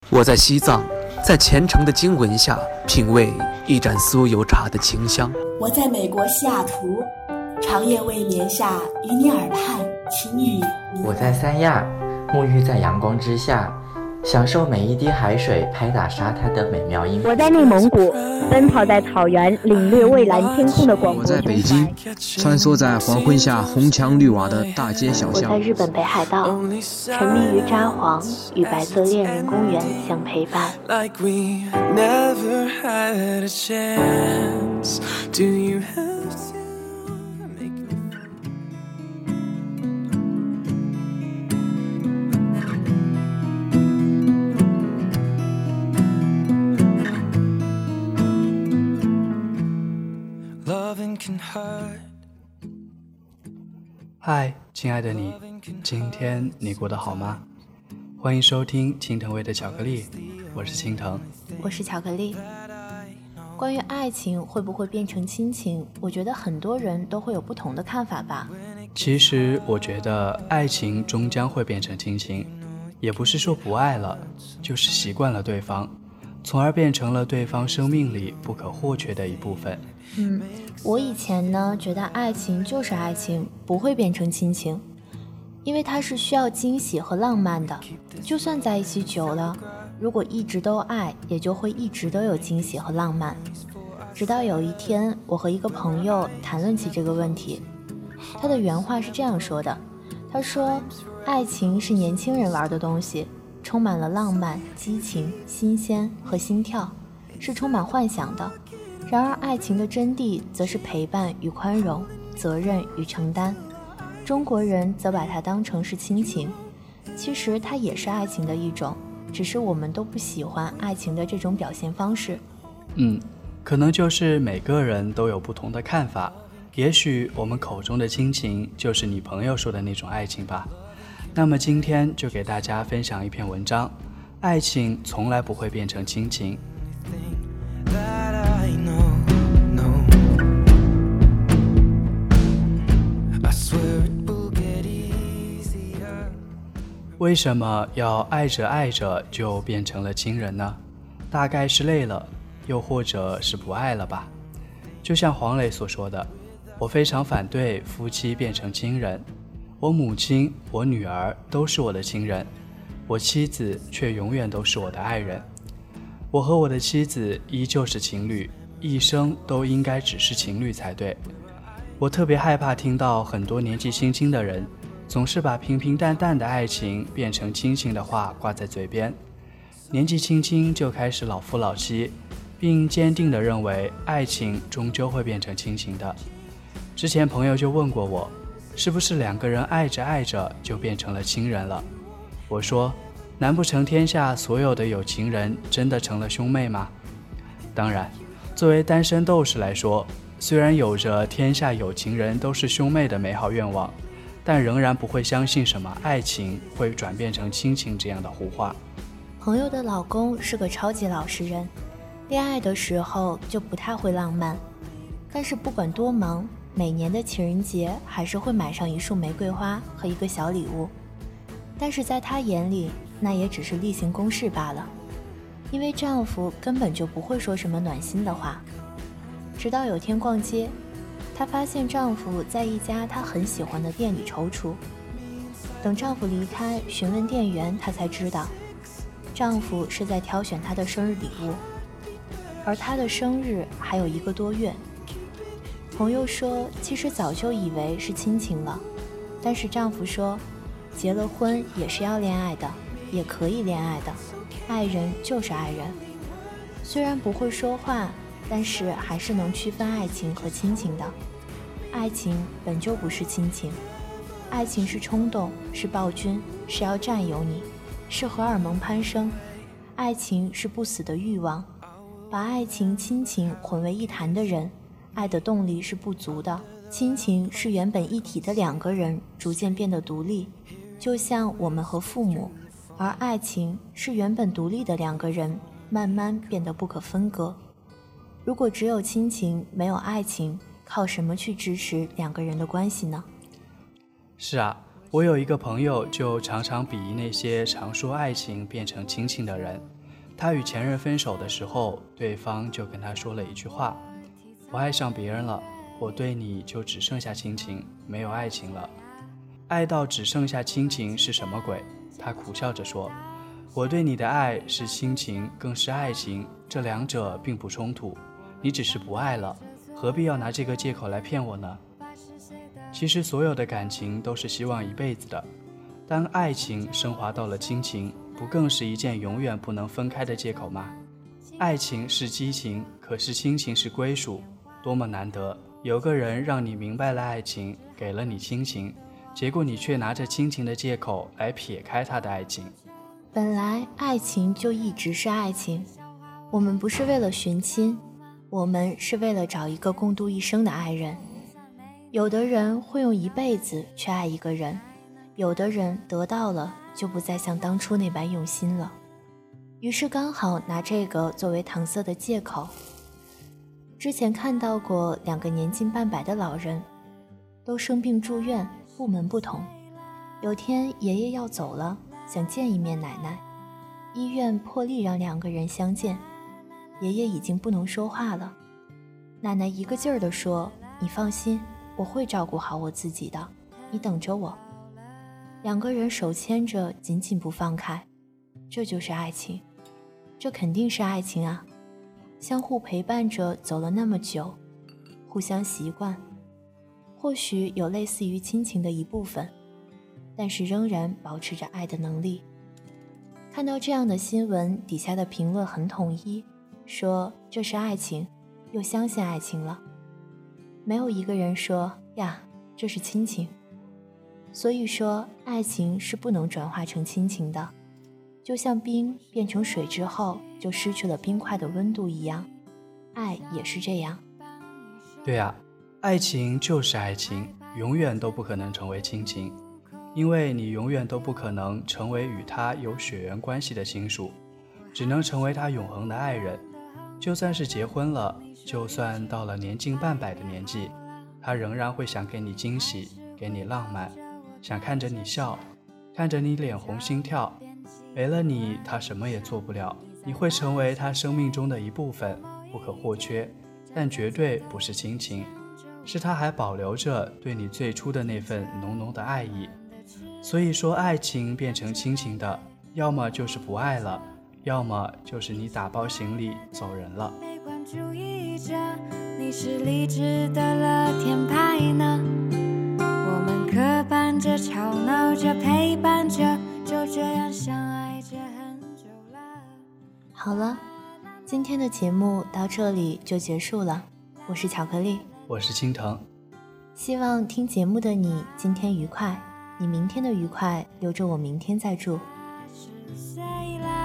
我在西藏，在虔诚的经文下品味一盏酥油茶的清香。 我在美国西雅图，长夜未眠下，与你耳畔轻语。 我在三亚，沐浴在阳光之下，享受每一滴海水拍打沙滩的美妙音符。 我在内蒙古，奔跑在草原，领略蔚蓝天空的广阔。 我在北京，穿梭在黄昏下红墙绿瓦的大街小巷。 我在日本北海道，沉迷于札幌，与白色恋人公园相陪伴。 嗨，亲爱的你，今天你过得好吗？欢迎收听青藤味的巧克力，我是青藤， 我是巧克力。关于爱情会不会变成亲情，我觉得很多人都会有不同的看法吧。 其实我觉得爱情终将会变成亲情，也不是说不爱了，就是习惯了对方，从而变成了对方生命里不可或缺的一部分。 我以前呢觉得爱情就是爱情，不会变成亲情，因为它是需要惊喜和浪漫的。就算在一起久了，如果一直都爱，也就会一直都有惊喜和浪漫。直到有一天，我和一个朋友谈论起这个问题，他的原话是这样说的，他说爱情是年轻人玩的东西，充满了浪漫、激情、新鲜和心跳，是充满幻想的。然而爱情的真谛则是陪伴与宽容，责任与承担。中国人则把它当成是亲情，其实它也是爱情的一种，只是我们都不喜欢爱情的这种表现方式。 可能就是每个人都有不同的看法，也许我们口中的亲情就是你朋友说的那种爱情吧。那么今天就给大家分享一篇文章，爱情从来不会变成亲情。为什么要爱着爱着就变成了亲人呢？大概是累了，又或者是不爱了吧。就像黄磊所说的，我非常反对夫妻变成亲人。我母亲、我女儿都是我的亲人，我妻子却永远都是我的爱人。我和我的妻子依旧是情侣，一生都应该只是情侣才对。我特别害怕听到很多年纪轻轻的人总是把平平淡淡的爱情变成亲情的话挂在嘴边，年纪轻轻就开始老夫老妻，并坚定地认为爱情终究会变成亲情的。之前朋友就问过我，是不是两个人爱着爱着就变成了亲人了？我说，难不成天下所有的有情人真的成了兄妹吗？当然，作为单身斗士来说，虽然有着天下有情人都是兄妹的美好愿望，但仍然不会相信什么爱情会转变成亲情这样的胡话。 朋友的老公是个超级老实人，恋爱的时候就不太会浪漫，但是不管多忙，每年的情人节还是会买上一束玫瑰花和一个小礼物。但是在她眼里，那也只是例行公事罢了，因为丈夫根本就不会说什么暖心的话。直到有天逛街，她发现丈夫在一家她很喜欢的店里踌躇。等丈夫离开，询问店员，她才知道丈夫是在挑选她的生日礼物，而她的生日还有1个多月。朋友说，其实早就以为是亲情了，但是丈夫说，结了婚也是要恋爱的，也可以恋爱的，爱人就是爱人。虽然不会说话，但是还是能区分爱情和亲情的。爱情本就不是亲情，爱情是冲动，是暴君，是要占有你，是荷尔蒙攀升。爱情是不死的欲望，把爱情亲情混为一谈的人，爱的动力是不足的。亲情是原本一体的两个人逐渐变得独立，就像我们和父母，而爱情是原本独立的两个人慢慢变得不可分割。如果只有亲情没有爱情，靠什么去支持两个人的关系呢？ 是啊，我有一个朋友就常常鄙夷那些常说爱情变成亲情的人， 他与前任分手的时候，对方就跟他说了一句话：我爱上别人了，我对你就只剩下亲情，没有爱情了。爱到只剩下亲情是什么鬼？他苦笑着说，我对你的爱是亲情更是爱情，这两者并不冲突，你只是不爱了，何必要拿这个借口来骗我呢？其实所有的感情都是希望一辈子的，当爱情升华到了亲情，不更是一件永远不能分开的借口吗？爱情是激情，可是亲情是归属，多么难得，有个人让你明白了爱情，给了你亲情，结果你却拿着亲情的借口来撇开他的爱情。 本来爱情就一直是爱情，我们不是为了寻亲，我们是为了找一个共度一生的爱人。有的人会用一辈子去爱一个人，有的人得到了就不再像当初那般用心了，于是刚好拿这个作为搪塞的借口。之前看到过2个年近半百的老人，都生病住院，部门不同。有天爷爷要走了，想见一面奶奶，医院破例让2个人相见。爷爷已经不能说话了，奶奶一个劲儿地说，你放心，我会照顾好我自己的，你等着我。2个人手牵着紧紧不放开，这就是爱情，这肯定是爱情啊！相互陪伴着走了那么久，互相习惯，或许有类似于亲情的一部分，但是仍然保持着爱的能力。看到这样的新闻，底下的评论很统一，说这是爱情，又相信爱情了。没有一个人说呀，这是亲情。所以说，爱情是不能转化成亲情的，就像冰变成水之后就失去了冰块的温度一样，爱也是这样。 对啊，爱情就是爱情，永远都不可能成为亲情，因为你永远都不可能成为与他有血缘关系的亲属，只能成为他永恒的爱人。就算是结婚了，就算到了年近半百的年纪，他仍然会想给你惊喜，给你浪漫，想看着你笑，看着你脸红心跳。没了你，他什么也做不了，你会成为他生命中的一部分，不可或缺，但绝对不是亲情，是他还保留着对你最初的那份浓浓的爱意。所以说，爱情变成亲情的，要么就是不爱了，要么就是你打包行李走人了。 悲观主义者，你是理智的乐天派呢？我们磕绊着吵闹着陪伴着，就这样相爱着很久了。 好了，今天的节目到这里就结束了。我是巧克力， 我是青藤。 希望听节目的你今天愉快，你明天的愉快留着我明天再祝。 10岁以来